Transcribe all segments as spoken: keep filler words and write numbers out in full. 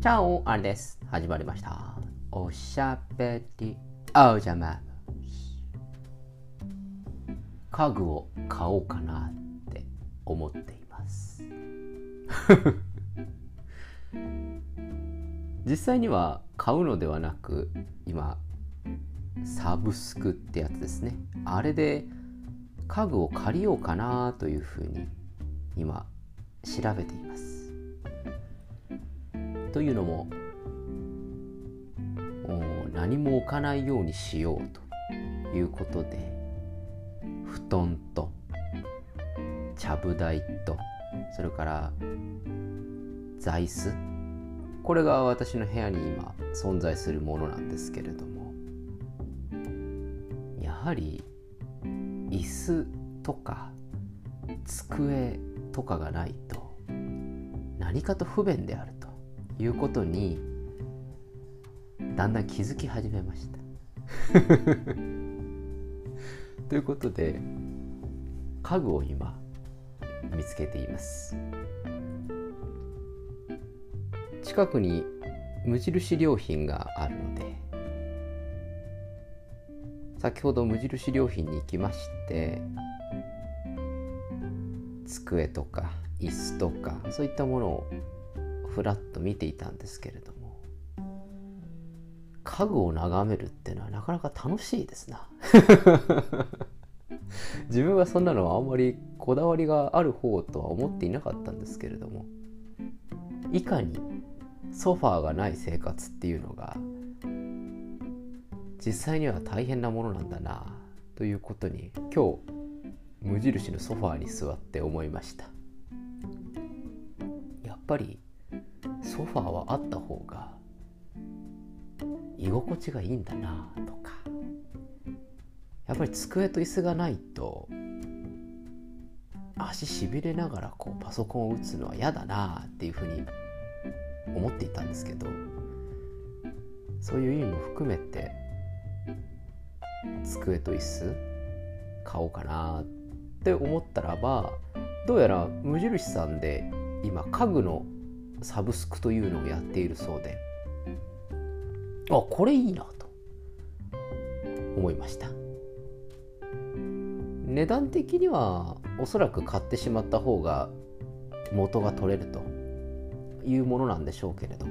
チャオあれです。始まりました。おしゃべりおじゃま家具を買おうかなって思っています実際には買うのではなく、今サブスクってやつですね。あれで家具を借りようかなというふうに今調べています。というのも、何も置かないようにしようということで、布団とちゃぶ台とそれから座椅子、これが私の部屋に今存在するものなんですけれども、やはり椅子とか机とかがないと何かと不便であるということにだんだん気づき始めましたということで、家具を今見つけています。近くに無印良品があるので、先ほど無印良品に行きまして、机とか椅子とかそういったものをふらっと見ていたんですけれども、家具を眺めるっていうのはなかなか楽しいですな自分はそんなのはあんまりこだわりがある方とは思っていなかったんですけれども、いかにソファーがない生活っていうのが実際には大変なものなんだなということに、今日無印のソファーに座って思いました。やっぱりソファーはあった方が居心地がいいんだなとか、やっぱり机と椅子がないと足しびれながらこうパソコンを打つのは嫌だなっていうふうに思っていたんですけど、そういう意味も含めて机と椅子買おうかなって思ったらば、どうやら無印さんで今家具のサブスクというのをやっているそうで、あ、これいいなと思いました。値段的にはおそらく買ってしまった方が元が取れるというものなんでしょうけれども、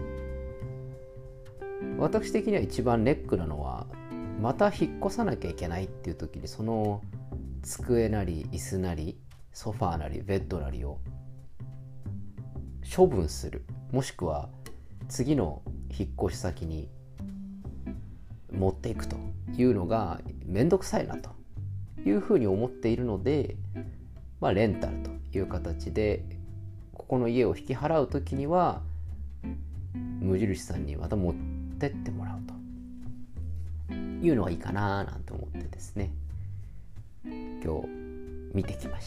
私的には一番ネックなのは、また引っ越さなきゃいけないっていう時に、その机なり椅子なりソファーなりベッドなりを処分する、もしくは次の引っ越し先に持っていくというのがめんどくさいなというふうに思っているので、まあ、レンタルという形でここの家を引き払うときには無印さんにまた持ってってもらうというのがいいかななんて思ってですね、今日見てきました。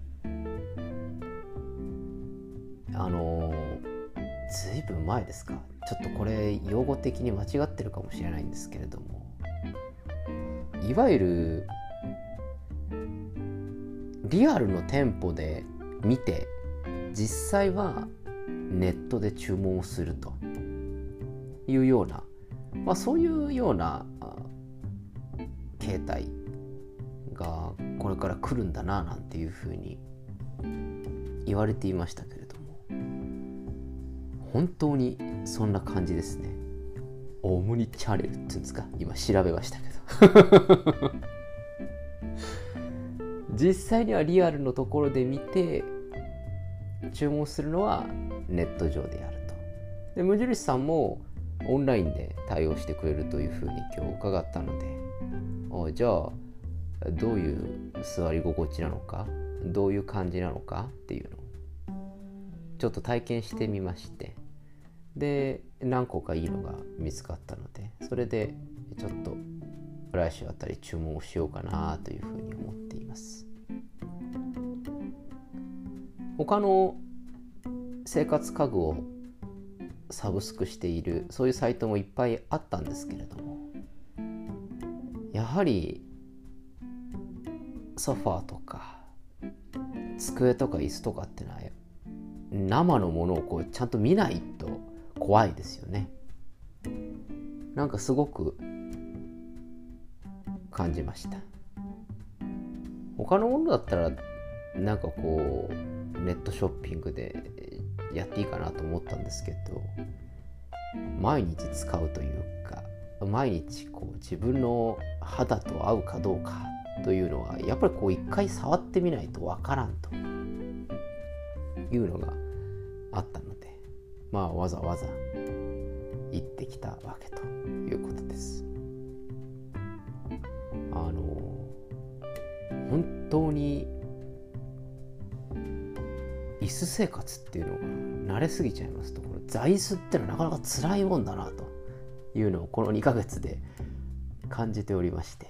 あのずいぶん前ですか、ちょっとこれ用語的に間違ってるかもしれないんですけれども、いわゆるリアルの店舗で見て実際はネットで注文をするというような、まあ、そういうような形態がこれから来るんだななんていうふうに言われていましたけれども、本当にそんな感じですね。オムニチャンネルっていうんですか、今調べましたけど実際にはリアルのところで見て注文するのはネット上でやると。で、無印さんもオンラインで対応してくれるというふうに今日伺ったので、あ、じゃあどういう座り心地なのか、どういう感じなのかっていうのをちょっと体験してみまして、で何個かいいのが見つかったので、それでちょっと来週あたり注文をしようかなというふうに思っています。他の生活家具をサブスクしているそういうサイトもいっぱいあったんですけれども、やはりソファーとか机とか椅子とかってのは生のものをこうちゃんと見ないと怖いですよね。なんかすごく感じました。他のものだったらなんかこうネットショッピングでやっていいかなと思ったんですけど、毎日使うというか毎日こう自分の肌と合うかどうかというのはやっぱりこう一回触ってみないとわからんというのがあったので、まあわざわざ行ってきたわけということです。あの本当に椅子生活っていうのが慣れすぎちゃいますと、この座椅子ってのはなかなか辛いもんだなというのをこのにかげつで感じておりまして、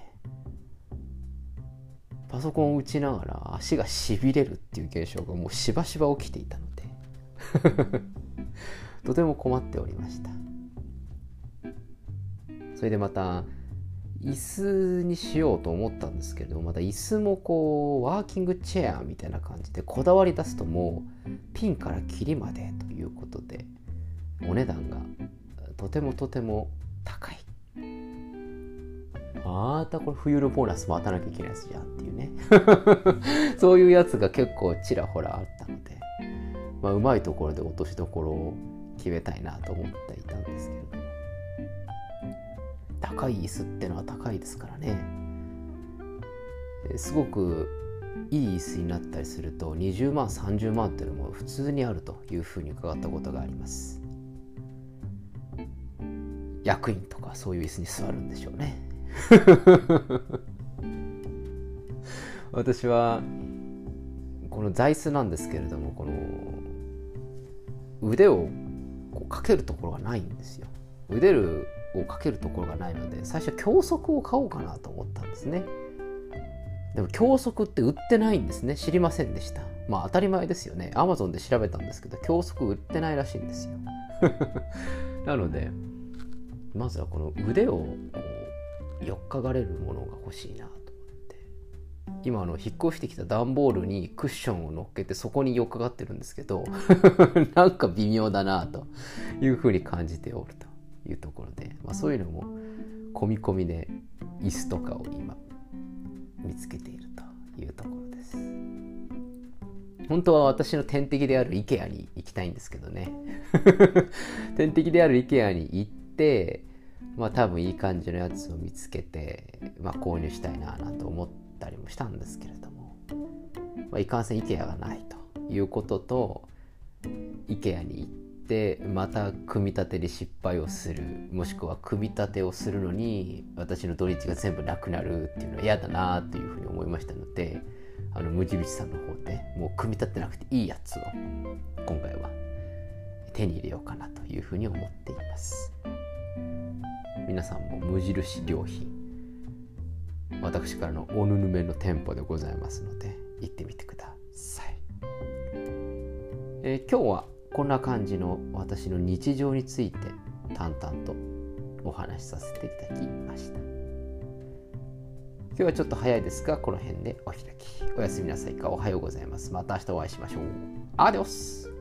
パソコンを打ちながら足がしびれるっていう現象がもうしばしば起きていたのでとても困っておりました。それでまた椅子にしようと思ったんですけれども、また椅子もこうワーキングチェアみたいな感じでこだわり出すともうピンからキリまでということでお値段がとてもとても高い。またこれ冬のボーナス待たなきゃいけないやつじゃんっていうねそういうやつが結構ちらほらあったので、まあ、うまいところで落としどころを決めたいなと思っていたんですけれども、高い椅子ってのは高いですからね。すごくいい椅子になったりするとにじゅうまんさんじゅうまんっていうのも普通にあるというふうに伺ったことがあります。役員とかそういう椅子に座るんでしょうね私はこの座椅子なんですけれども、この腕をこうかけるところがないんですよ。腕をかけるところがないので最初教則を買おうかなと思ったんですね。でも教則って売ってないんですね。知りませんでした。まあ当たり前ですよね。アマゾンで調べたんですけど教則売ってないらしいんですよなのでまずはこの腕をこうよっかがれるものが欲しいなと思って、今あの引っ越してきた段ボールにクッションを乗っけてそこによっかがってるんですけどなんか微妙だなというふうに感じておるというところで、まあ、そういうのも込み込みで椅子とかを今見つけているというところです。本当は私の天敵である IKEA に行きたいんですけどね天敵である IKEA に行って、まあ多分いい感じのやつを見つけて、まあ、購入したいななんて思ったりもしたんですけれども、まあ、いかんせん IKEA がないということと IKEA に行ってまた組み立てで失敗をする、もしくは組み立てをするのに私の土日が全部なくなるっていうのは嫌だなというふうに思いましたので、あの無印さんの方でもう組み立てなくていいやつを今回は手に入れようかなというふうに思っています。皆さんも無印良品、私からのおぬぬめの店舗でございますので行ってみてください。えー、今日はこんな感じの私の日常について淡々とお話しさせていただきました。今日はちょっと早いですがこの辺でお開き。おやすみなさいかおはようございます。また明日お会いしましょう。アディオス。